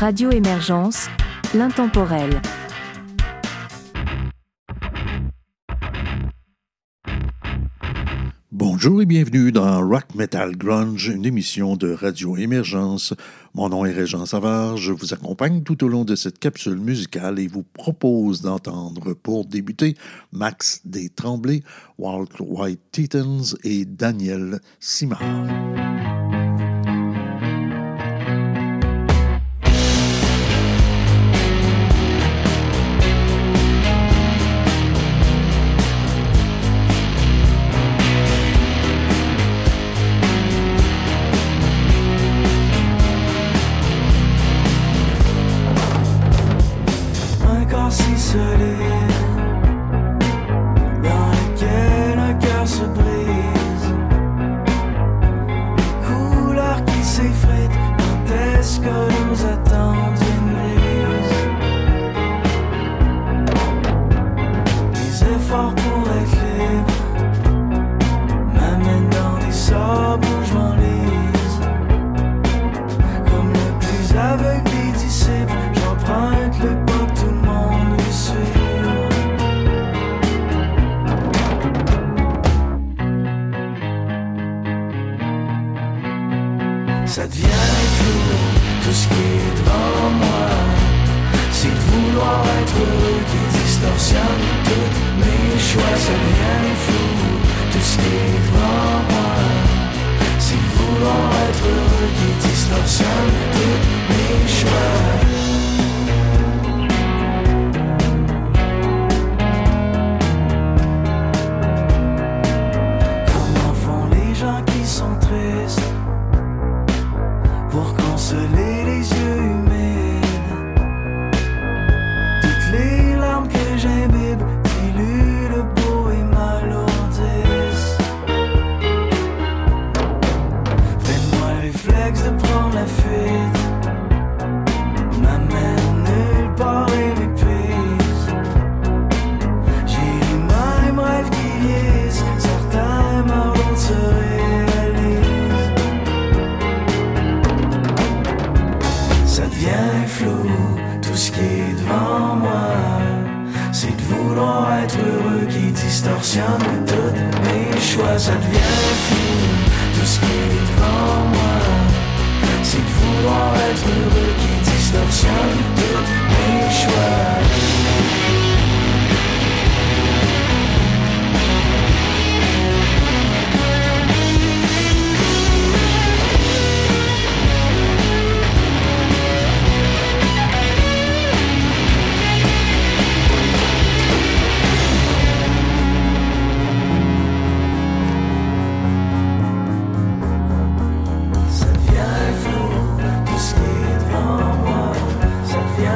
Radio Émergence, l'intemporel. Bonjour et bienvenue dans Rock Metal Grunge, une émission de Radio Émergence. Mon nom est Régent Savard, je vous accompagne tout au long de cette capsule musicale et vous propose d'entendre pour débuter Max Destremblay, Walt White Titans et Daniel Simard. Dans lequel un cœur se brise, les couleurs qui s'effritent quand est-ce que nous attendent une brise. Les efforts pour être libre m'amènent dans des sabres où je m'enlise. Comme le plus aveugle des disciples, j'emprunte le pas que tout le monde veut suivre. Ça devient flou, tout ce qui est devant moi. C'est de vouloir être heureux qui distorsionne tous mes choix. Ça devient flou, tout ce qui est devant moi. C'est de vouloir être heureux qui distorsionne tous mes choix. Consoler les yeux humides, toutes les larmes que j'imbibe diluent le beau et m'alourdissent. Fais-moi le réflexe de prendre la fuite, m'amène nulle part et m'épuise. J'ai les mêmes rêves qui vieillissent, certains meurent, d'autres se réalisent. Ça devient flou, tout ce qui est devant moi. C'est de vouloir être heureux qui distorsionne tous mes choix. Ça devient flou, tout ce qui est devant moi. C'est de vouloir être heureux qui distorsionne tous mes choix. Ça devient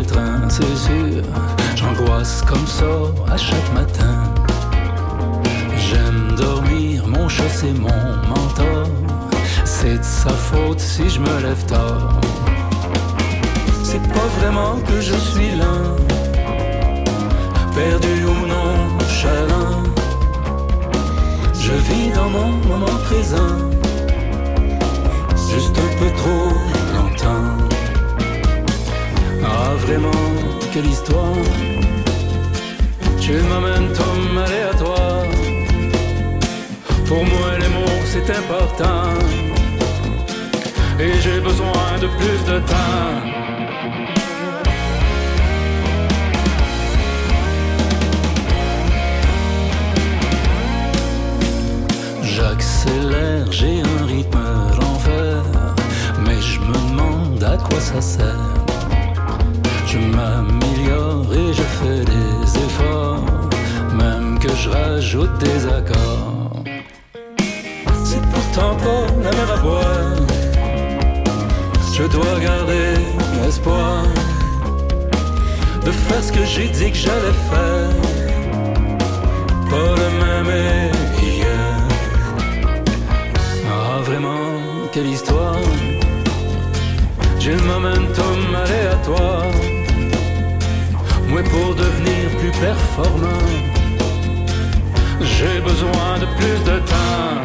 le train, c'est sûr. J'angoisse comme ça à chaque matin. J'aime dormir, mon chat c'est mon mentor. C'est de sa faute si je me lève tard. C'est pas vraiment que je suis là, perdu ou nonchalant. Je vis dans mon moment présent, juste un peu trop longtemps. Ah vraiment, quelle histoire. J'ai le momentum aléatoire. Pour moi les mots c'est important, et j'ai besoin de plus de temps. J'accélère, j'ai un rythme d'enfer, mais je me demande à quoi ça sert. Je m'améliore et je fais des efforts, même que je rajoute des accords. C'est pourtant pas la mer à boire, je dois garder l'espoir de faire ce que j'ai dit que j'allais faire. Pas le même hier. Ah vraiment, quelle histoire. J'ai le momentum aléatoire. Moi pour devenir plus performant, j'ai besoin de plus de temps.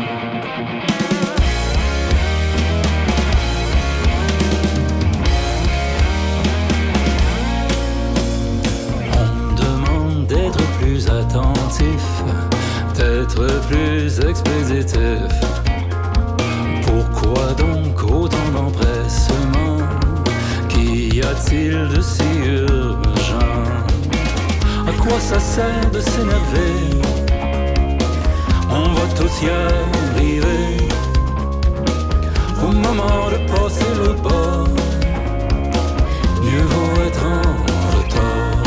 Plus attentif, d'être plus expéditif. Pourquoi donc autant d'empressement? Qu'y a-t-il de si urgent? À quoi ça sert de s'énerver? On va tous y arriver. Au moment de passer le bord, mieux vaut être en retard.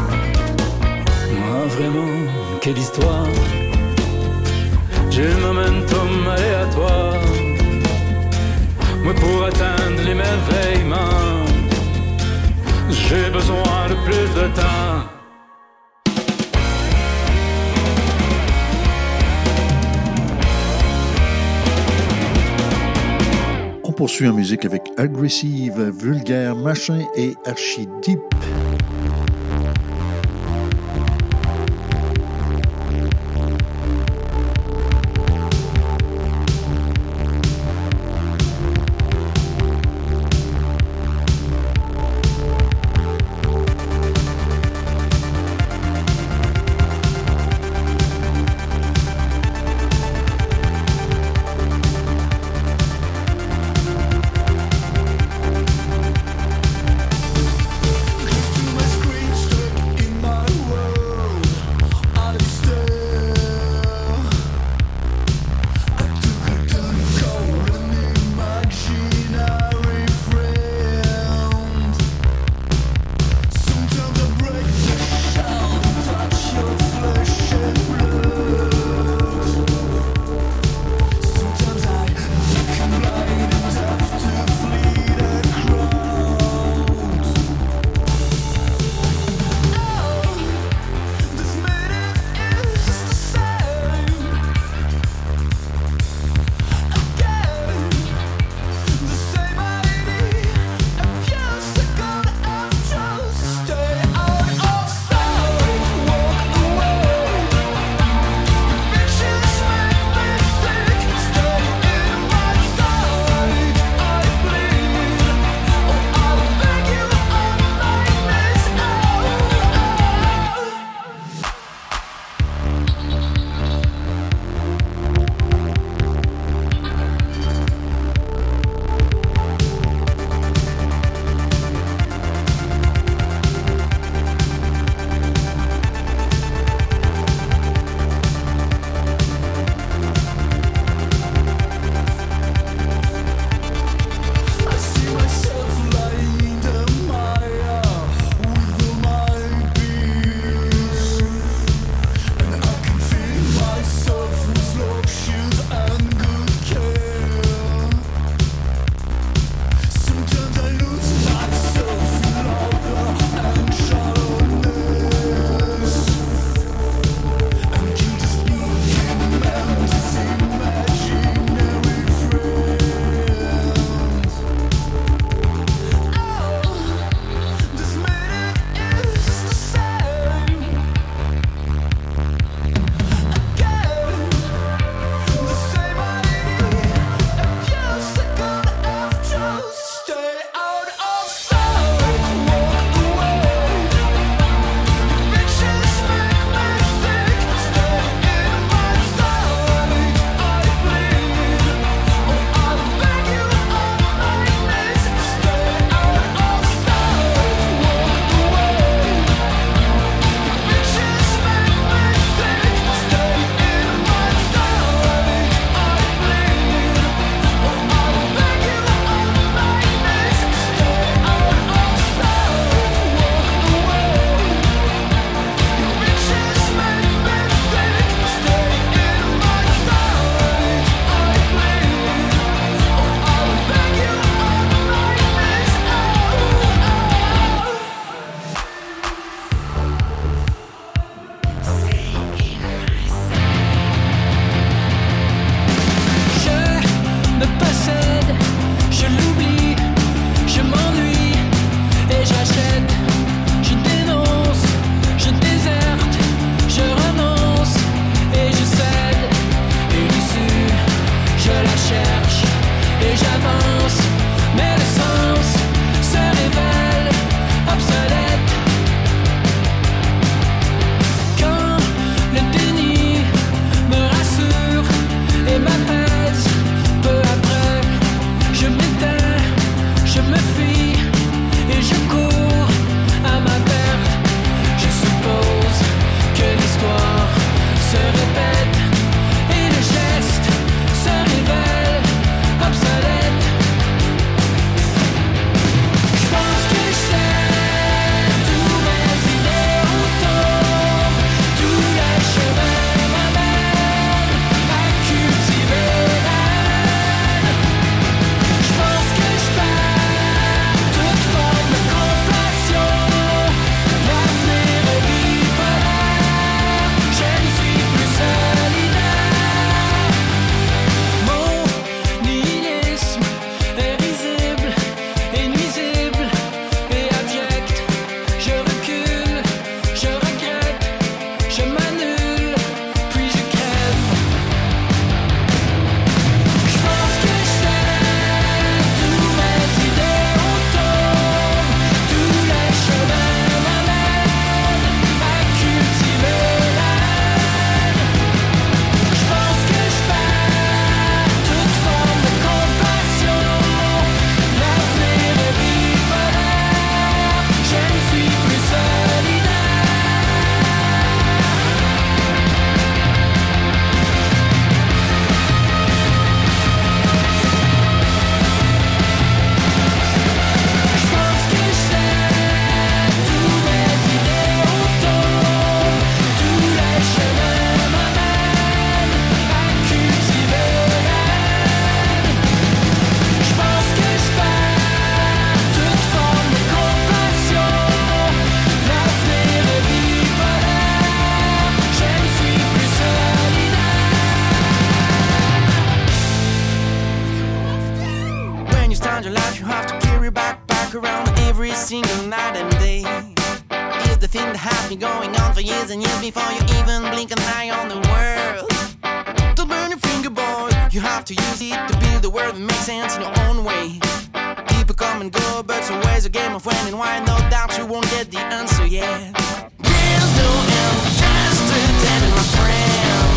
Vraiment, quelle histoire. J'ai le momentum aléatoire. Moi pour atteindre l'émerveillement, j'ai besoin de plus de temps. On poursuit en musique avec Aggressive, Vulgaire Machin et Archideep. around every single night and day. It's the thing that has been going on for years and years before you even blink an eye on the world. Don't burn your finger, boy. You have to use it to build a world that makes sense in your own way. People come and go, but it's always a game of when and why. No doubt you won't get the answer yet. There's no end, just a dead and my friend.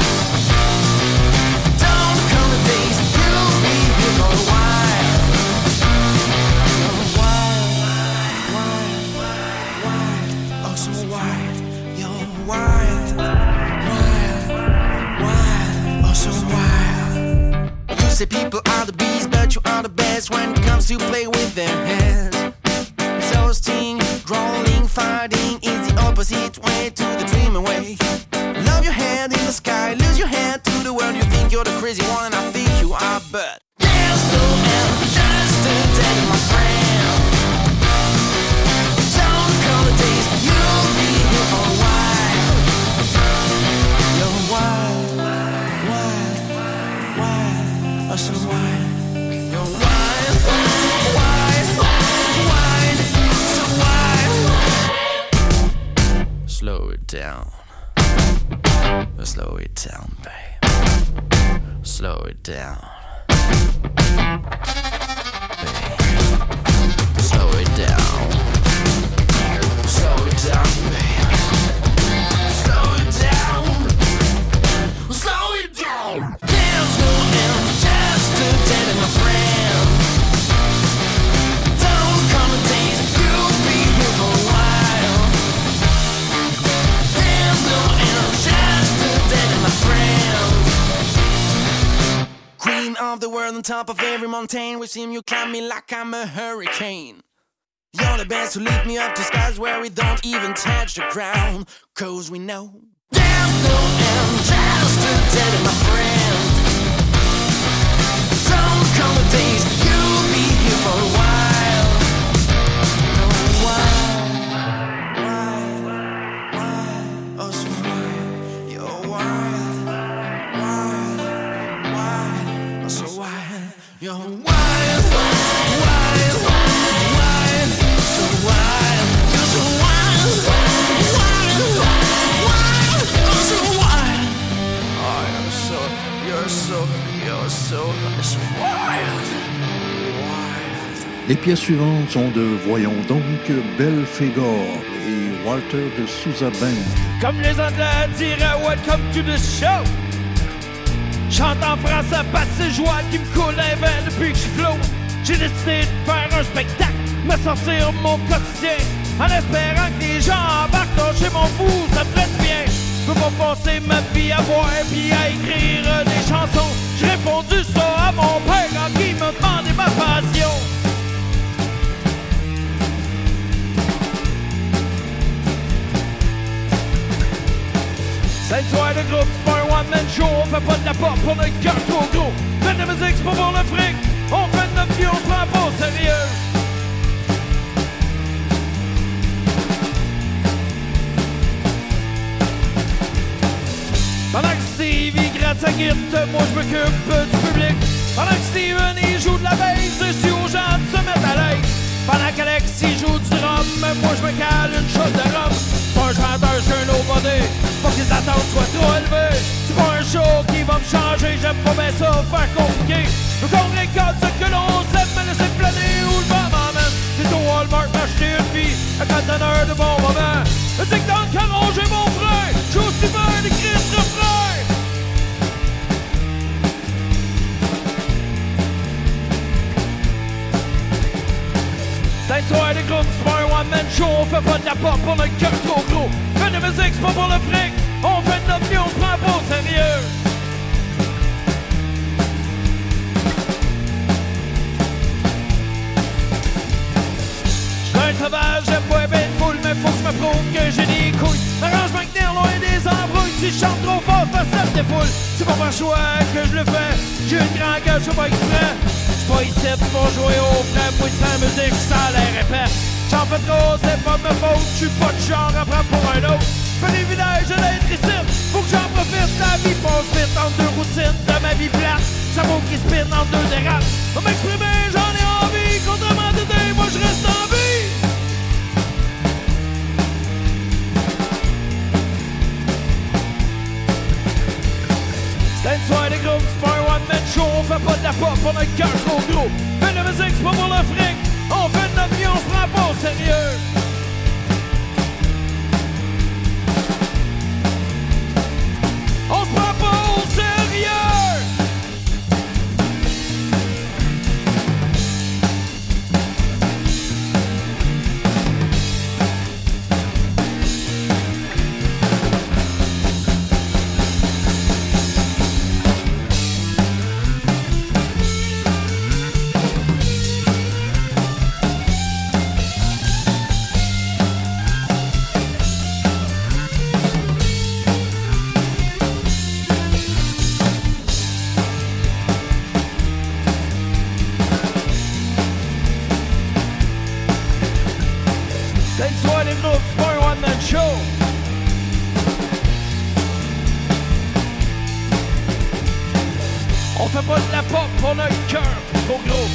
Don't come the days you'll be here for a while. You're wild, oh so wild. You're wild, oh so wild. You say people are the bees, but you are the best when it comes to play with their hands. Exhausting, growling, fighting is the opposite way to the dreaming way. Love your head in the sky, lose your head to the world. You think you're the crazy one and I think you are, but there's no end, just a day, my friend. Don't call the days, you'll be here for a while. You're wild, oh so wild. You're wild, so wild. Slow it down. Slow it down, babe. Slow it down. Babe. Slow it down. Slow it down, babe. Slow it down. Slow it down. There's no end, just a dead and my friend. Don't come the days you'll be here for a while. There's no end, just a dead and my friend. Queen of the world on top of every mountain. With him you climb me like I'm a hurricane. You're the best to lift me up to skies where we don't even touch the ground. Cause we know there's no end, just a dead and my friend. Don't come the days you'll be here for a while. Wild, oh so wild. You're wild, oh so wild. You're wild, so wild. You're so wild, oh so wild. Oh, you're so wild. Les pièces suivantes sont de Voyons donc, Belphégor et Walter de Sousa Band. Comme les Anglais diraient Welcome to the show. Chante en français parce que c'est joie qui me coule les veines depuis que je flotte. J'ai décidé de faire un spectacle, me sortir mon quotidien, en espérant que les gens embarquent dans chez mon fou, ça me traite bien. Je peux pas passer ma vie à boire puis à écrire des chansons. J'ai répondu ça à mon père quand il me demandait ma passion. Cette soirée de groupe, c'est pas un one-man show. On fait pas de la pop pour notre cœur trop gros. Fait de la musique, c'est pas pour le fric. On fait de notre vie, on se prend pas au sérieux. Pendant que Steve il gratte sa guitare, moi je m'occupe du public. Pendant que Steven il joue de la bass, je suis aux gens de se mettre à l'aise. Pendant qu'Alex il joue du drum, moi je me cale une shot de rhum. C'est pas un chanteur, je suis un nobody. Faut que les attentes soient trop élevées. C'est pas un show qui va me changer, j'aime pas bien ça, faire compliqué. Faut qu'on récolte ce que l'on sait, me laisser planer où le vent m'emmène. C'est au Walmart m'acheter une vie, un conteneur de bon moment. Le TikTok a rongé mon frère, j'ai aussi bien écrit ce refrain. C'est une soirée de groupe, c'est pas un one-man show. On fait pas de la pop pour notre cœur trop gros. Fait de musique, c'est pas pour le fric. On fait de notre vie, on se prend pas au sérieux. J'suis un sauvage, j'aime pas bien de foule, mais faut que j'me prouve que j'ai des couilles. M'arrange ma tenir loin des embrouilles. Si j'chante trop fort, ça me défoule. C'est pas par choix que je le fais. J'ai une grande gueule, j'suis pas exprès. Pas ici pour jouer au frais, moi de la musique, ça l'air épais. J'en fais trop, c'est pas ma faute, j'suis pas de genre à prendre pour un autre. Fais des villages, je l'ai être ici, faut que j'en profite, la vie passe vite entre deux routines de ma vie plate. Ça vaut qui spin entre deux dérapes. Pour m'exprimer, j'en ai envie, contrairement à today, moi je reste en vie. la pop, on a le cœur trop gros. Fais de la musique, c'est pas pour le fric. On fait de notre vie, on se prend pas au sérieux. On se prend pas au sérieux. C'est une soirée de groupe, c'est pas un one-man show. On fait pas de la pop, on a le cœur trop gros.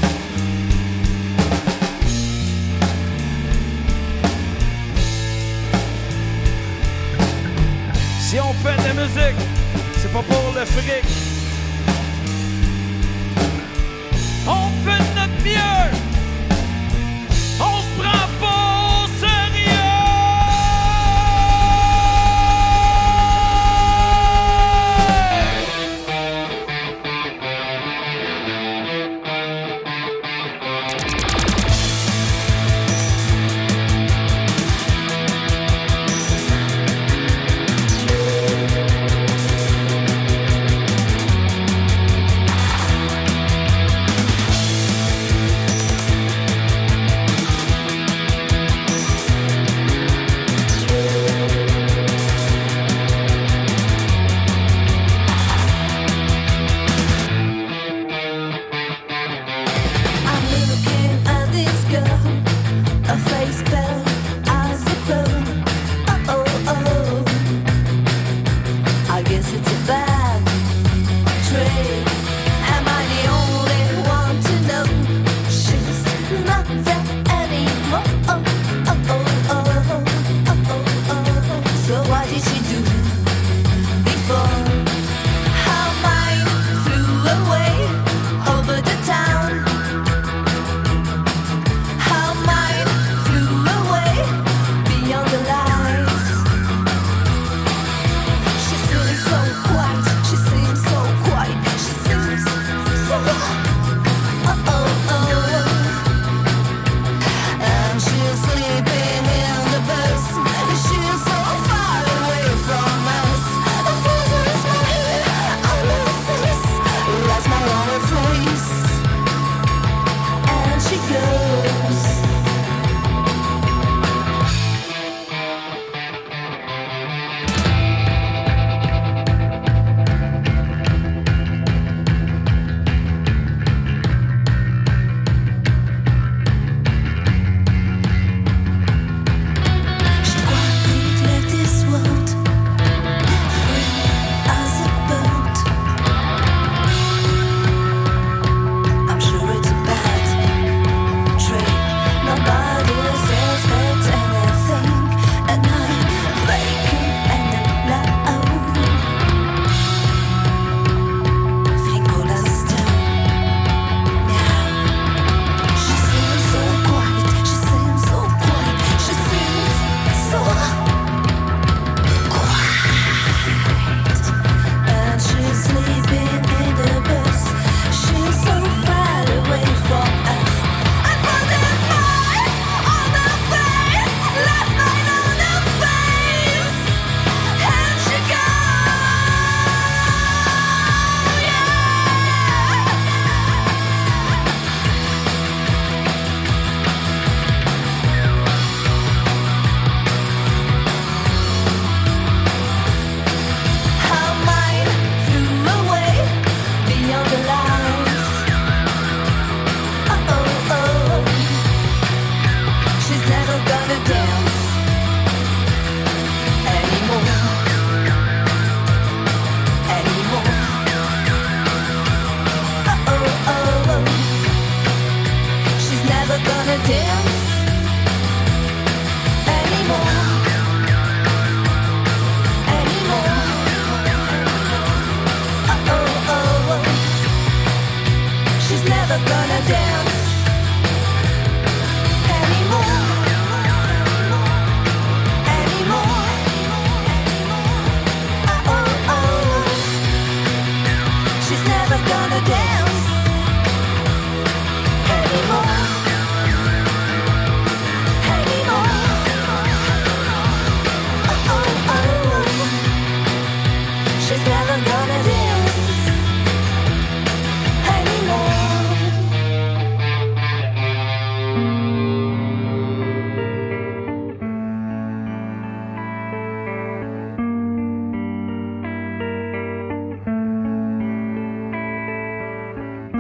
Si on fait de la musique, c'est pas pour le fric. On fait de notre mieux. On se prend pas au sérieux.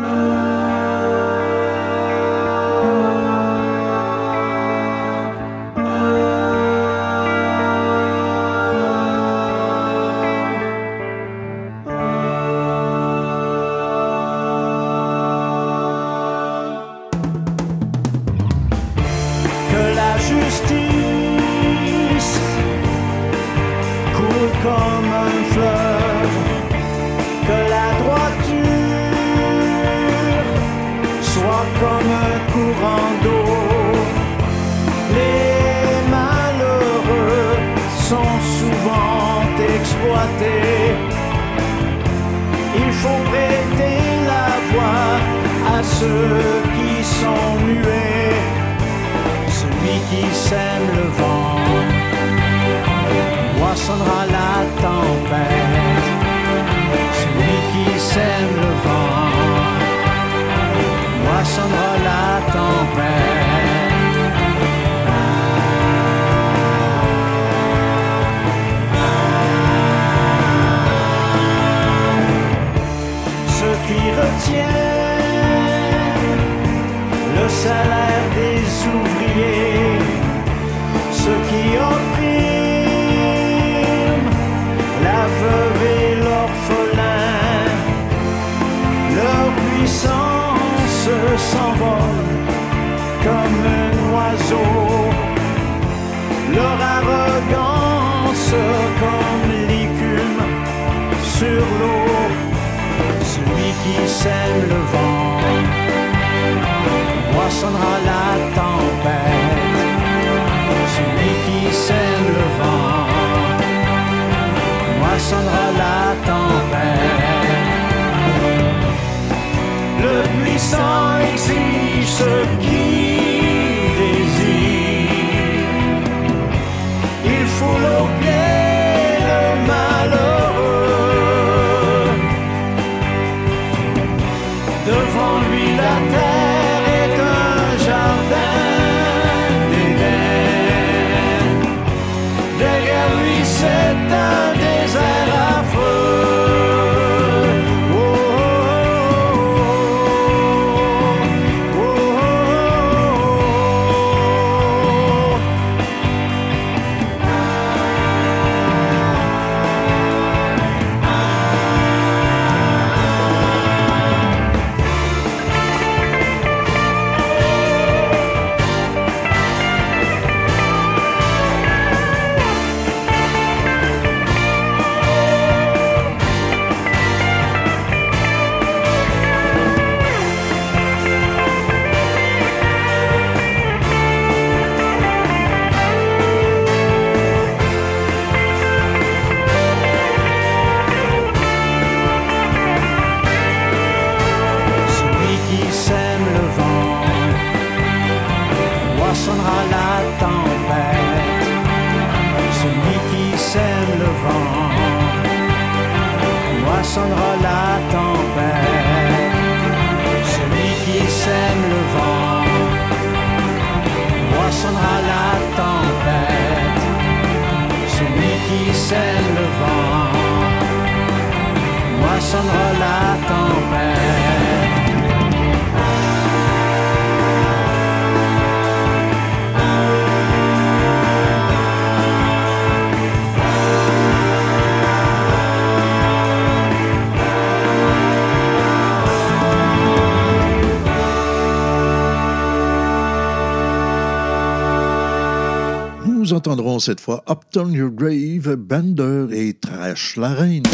Nous entendrons cette fois Upton Your Grave, Bender et Trash la Reine.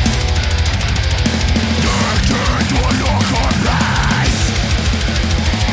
Local price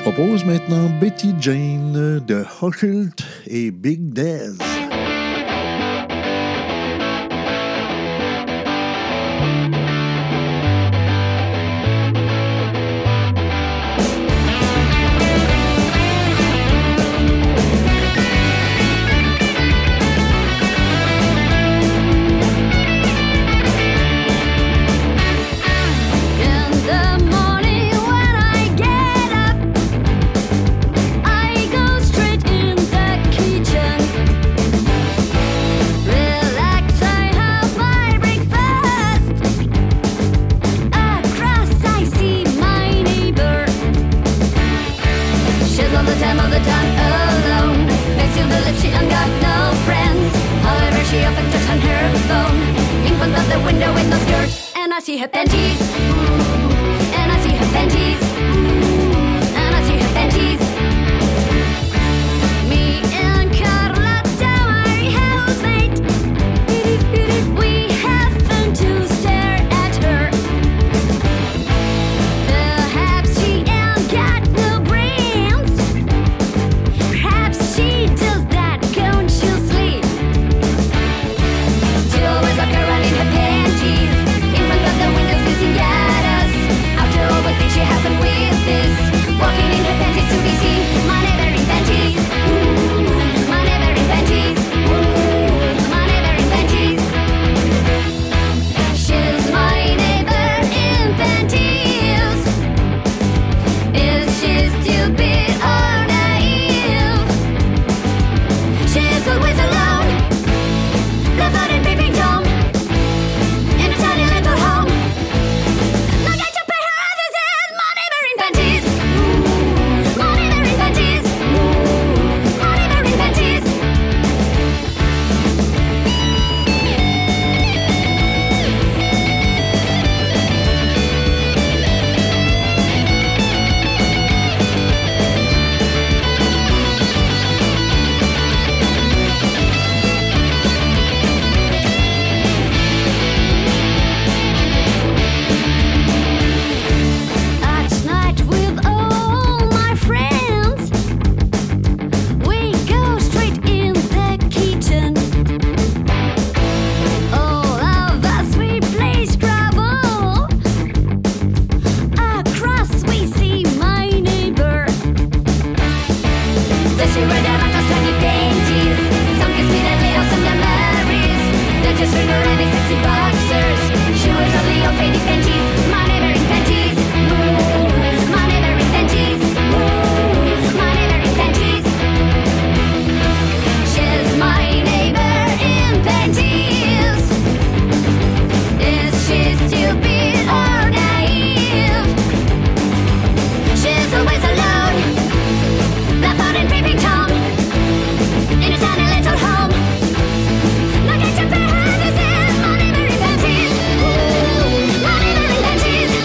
propose maintenant Betty Jane de Hochult et Big Dez. Panties.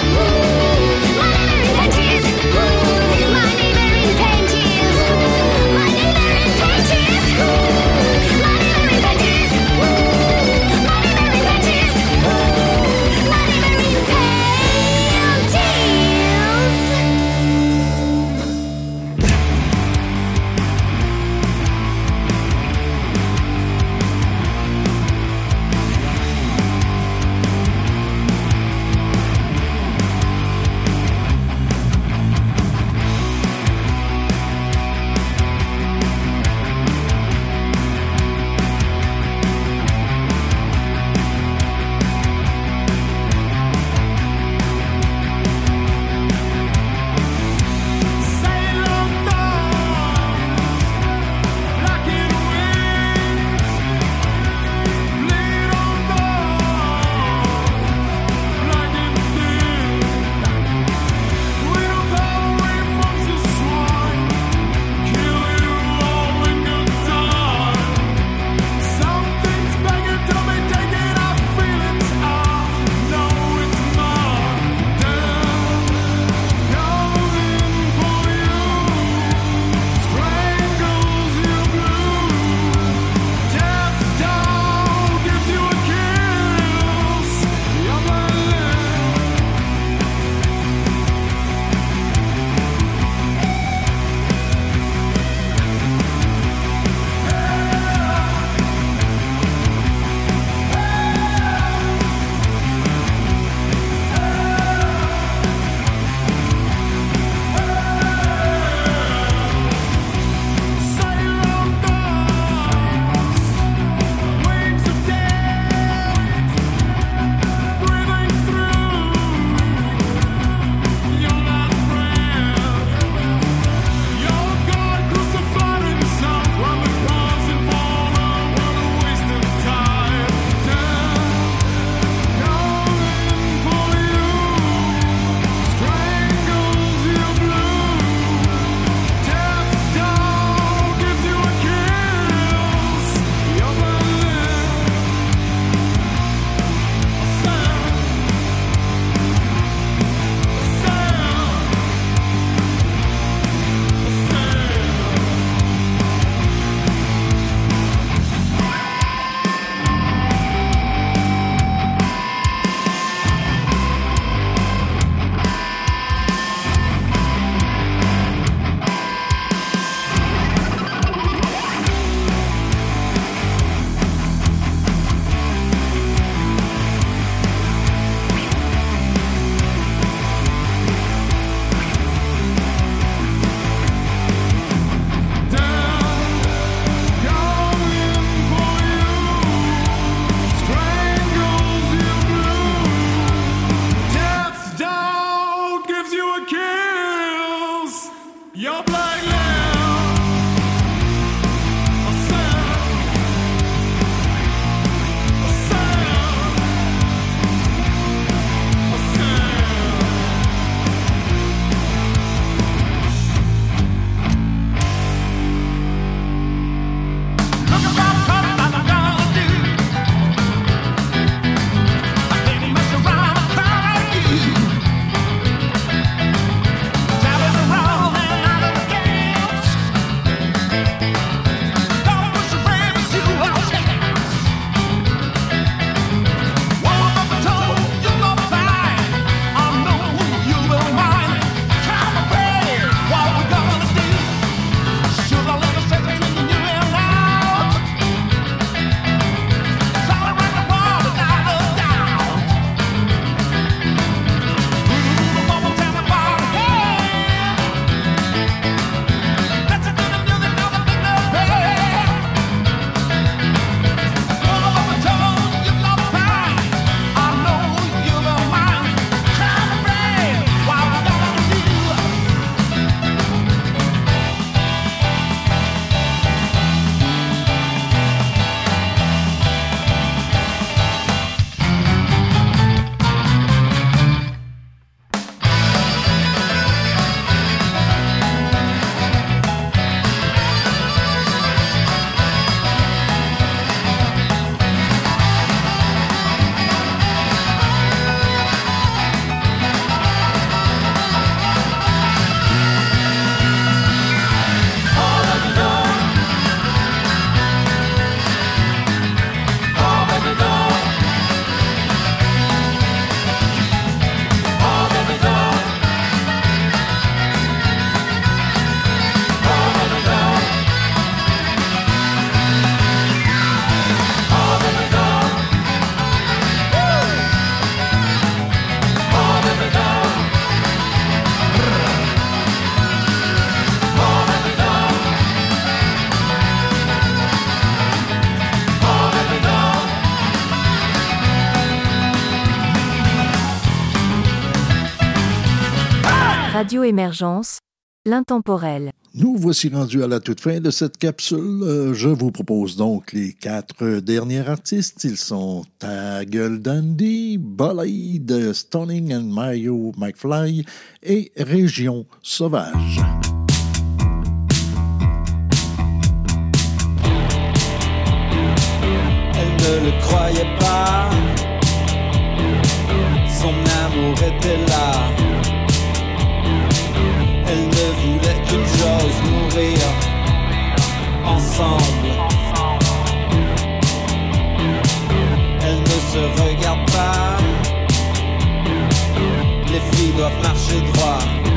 Radio Émergence, l'intemporel. Nous voici rendus à la toute fin de cette capsule. Je vous propose donc les 4 derniers artistes. Ils sont Taggle Dandy, Bolide, Stunning and Mario McFly et Région Sauvage. Elle ne le croyait pas, son amour était là. Elle ne voulait qu'une chose, mourir ensemble. Elle ne se regarde pas, les filles doivent marcher droit.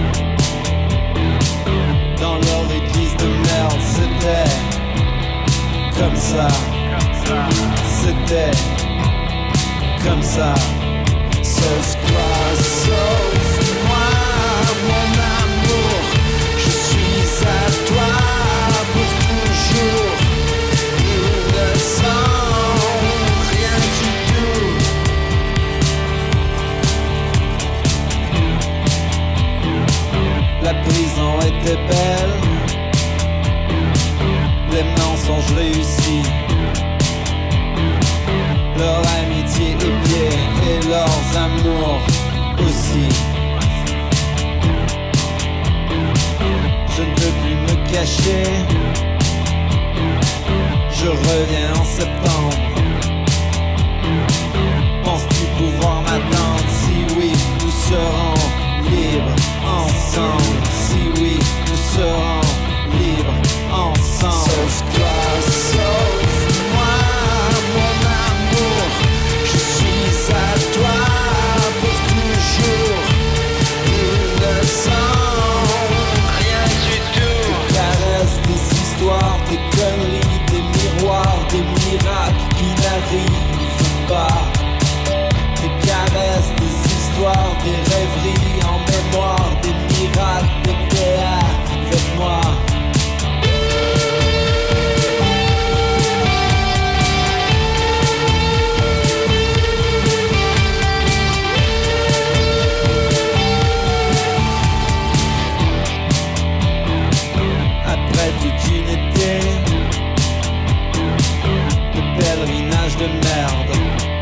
Dans leur église de merde, c'était comme ça. C'était comme ça. Sauve-toi, sauve-moi, mon amour. Je suis à toi pour toujours. Il ne sent rien du tout. La prison était belle, les mensonges réussis. Leur amitié est bien et leurs amours aussi. Je ne peux plus me cacher. Je reviens en septembre. Penses-tu pouvoir m'attendre? Si oui, nous serons libres ensemble. Si oui, nous serons libres ensemble. Sauve-toi, sauve-moi, mon amour. Je suis à toi pour toujours. Il ne sent rien du tout. Des caresses, des histoires, des conneries, des miroirs, des miracles qui n'arrivent pas. Des caresses, des histoires, des rêveries en mémoire, des miracles, des théâtres avec moi. Après toute une été de pèlerinage de merde,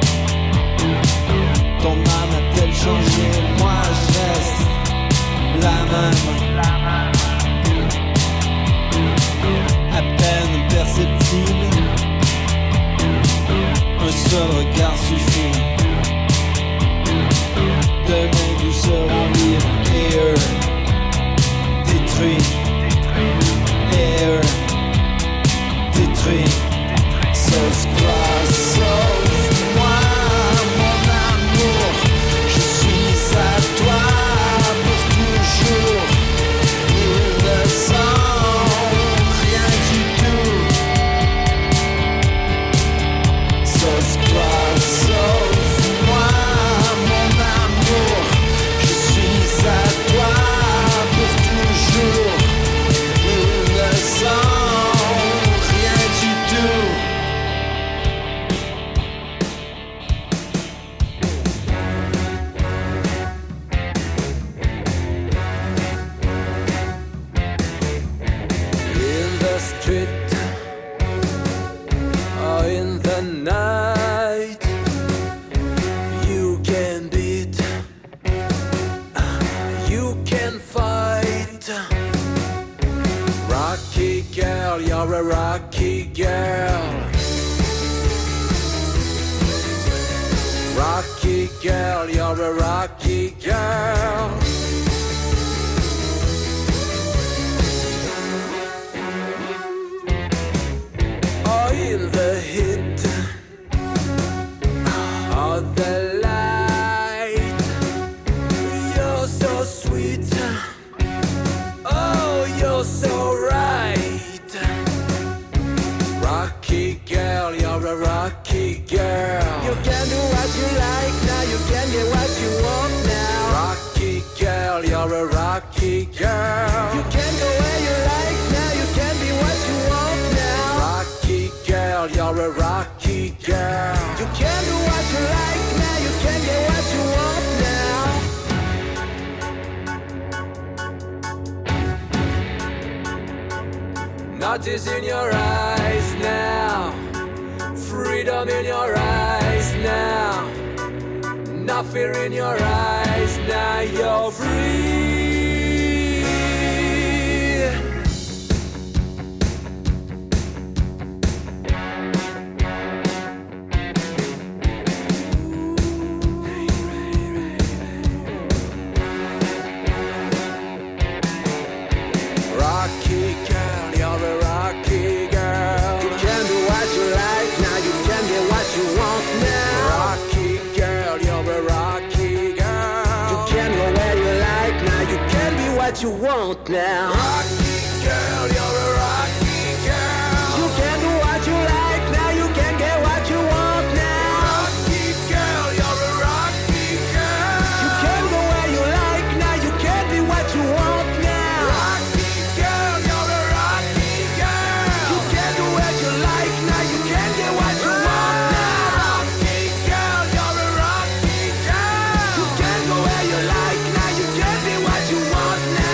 ton âme a-t-elle changé? Moi je reste la même. À peine perceptible, un seul regard suffit. Demain nous serons libres et eux détruits. Et eux détruits. Sauve-toi, sauve-moi, mon amour. Je suis à toi pour toujours. Il ne sent rien du tout. Sauve-toi, sauve-moi, mon amour. Je suis à toi pour toujours. Il ne sent rien du tout. In the street or in the night, you can beat, you can fight. Rocky girl, you're a rocky girl. Rocky girl, you're a rocky girl. Oh, in the heat of the light, you're so sweet. Oh, you're so right. Rocky girl, you're a rocky girl. You can do what you like now, you can get what you want now. Rocky girl, you're a rocky girl. You can go where you like now, you can be what you want now. Rocky girl, you're a rocky girl. You can do what you like now, you can get what you want now. heart is in your eyes now. Freedom in your eyes now. No fear in your eyes now. You're free. Rocky girl, you're a rocky girl. You can do what you like now. You can get what you want now. Rocky girl, you're a rocky girl. You can go where you like now. You can be what you want now. Rocky girl, you're a rocky girl. You can do what you like now. You can get what you want now. Rocky girl, you're a rocky girl. You can go where you like now. You can be what you want now. Rocky girl, you're a rocky girl. You can do what you like now. You can get what you want now. Rocky girl, you're a rocky girl. You can go where you like now. You can be what you want now.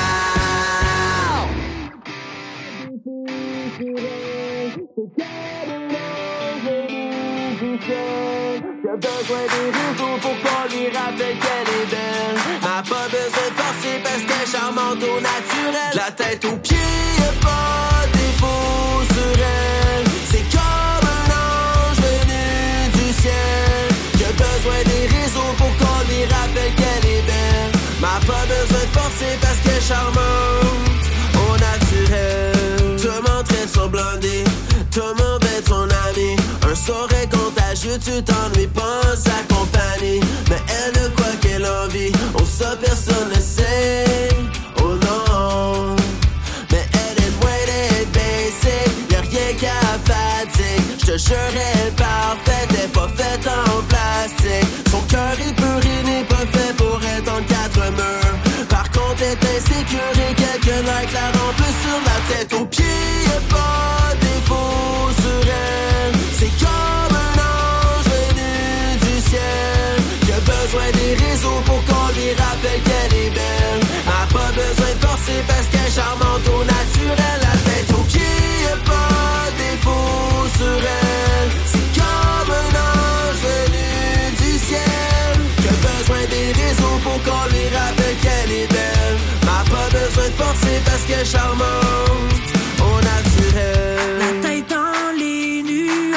J'ai besoin des réseaux pour qu'on lui rappelle qu'elle est belle. M'a pas besoin de forcer parce qu'elle est charmante au naturel. La tête aux pieds, y'a pas de défaut sur elle. C'est comme un ange venu du ciel. J'ai besoin des réseaux pour qu'on lui rappelle qu'elle est belle. M'a pas besoin de forcer parce qu'elle est charmante au naturel. Tout le monde traite son blondé, tout le monde est son ami. Un soir est contagieux, tu t'ennuies pas en sa compagnie. Mais elle de quoi qu'elle a envie, on ça personne ne sait. Oh non, mais elle est loin d'être basic. Y'a rien qu'à fatigue. J'te jure elle est parfaite, elle est pas faite en plastique. Son cœur est pur, il n'est pas fait pour être en quatre murs. Par contre elle est insécure et quelques likes la remplissent sur la tête aux pieds. Y'a pas de défaut sur elle. C'est comme un ange venu du ciel. Qui a besoin des réseaux pour qu'on lui rappelle qu'elle est belle. A pas besoin de forcer parce qu'elle est charmante au naturel. La tête aux pieds, y'a pas de défaut sur elle. C'est comme un ange venu du ciel. Qui a besoin des réseaux pour qu'on lui rappelle qu'elle est belle. A pas besoin de forcer parce qu'elle est charmante au naturel. La tête dans les nuages,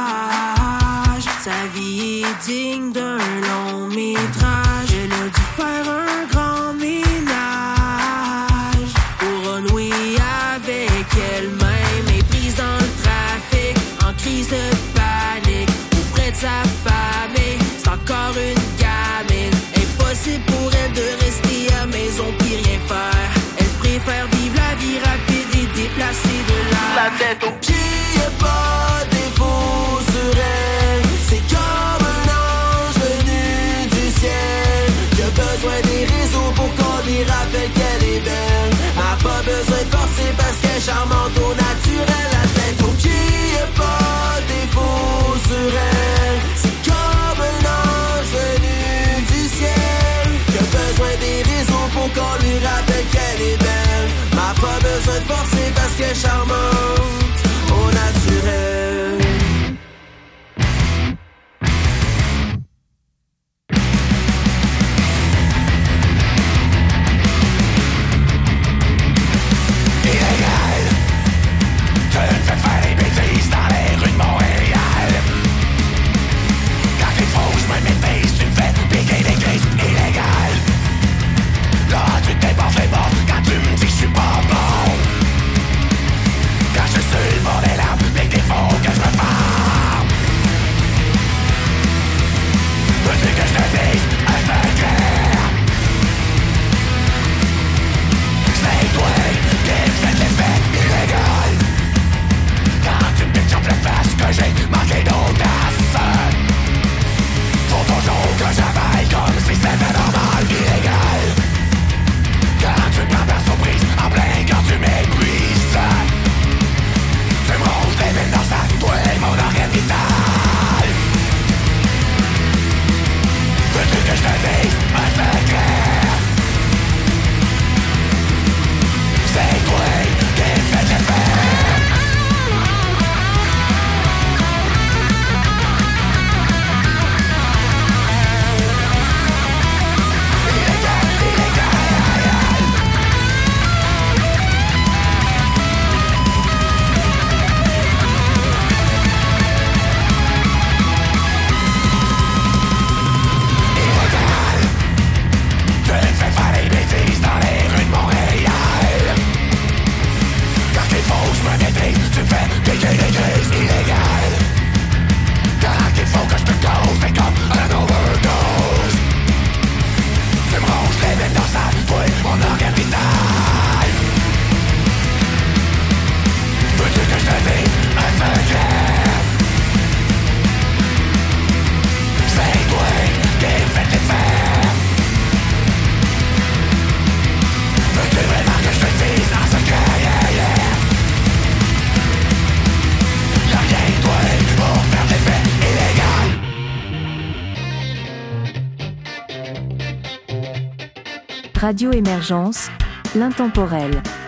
sa vie est digne d'un long métrage. Elle a dû faire un grand ménage pour renouer avec elle-même. Elle est prise dans le trafic, en crise de panique, auprès de sa famille. C'est encore une gamine. Impossible pour elle de rester à maison puis rien faire. Elle préfère vivre la vie rapide et déplacer de l'air. La tête aux pieds, y'a pas de défaut sur elle. C'est comme un ange venu du ciel. Qui a besoin des réseaux pour qu'on lui rappelle qu'elle est belle. A pas besoin de forcer parce qu'elle est charmante au naturel. La tête aux pieds, y'a pas de défaut sur elle. C'est comme un ange venu du ciel. Qui a besoin des réseaux pour qu'on lui rappelle qu'elle est belle. M'a pas besoin de forcer parce qu'elle est charmante au naturel. Là tu t'es pas fait bon quand tu me dis que je suis pas bon. Radio Émergence, l'intemporel.